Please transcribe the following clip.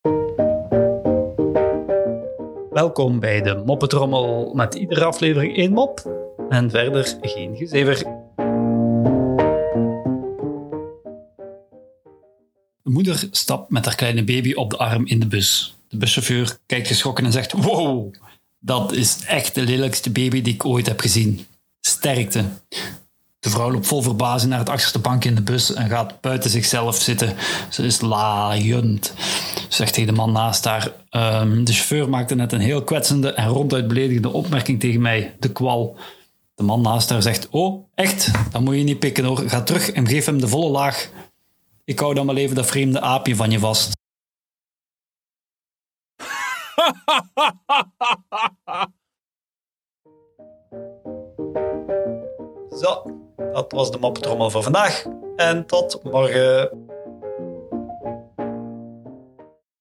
Welkom bij de Moppetrommel met iedere aflevering 1 mop en verder geen gezever. De moeder stapt met haar kleine baby op de arm in de bus. De buschauffeur kijkt geschrokken en zegt: "Wow, dat is echt de lelijkste baby die ik ooit heb gezien. Sterkte." De vrouw loopt vol verbazing naar het achterste bankje in de bus en gaat buiten zichzelf zitten. Ze is laaiend, zegt tegen de man naast haar. De chauffeur maakte net een heel kwetsende en ronduit beledigende opmerking tegen mij. De kwal. De man naast haar zegt: "Oh, echt? Dan moet je niet pikken hoor. Ga terug en geef hem de volle laag. Ik hou dan wel even dat vreemde aapje van je vast." Zo, dat was de Moppetrommel voor vandaag. En tot morgen.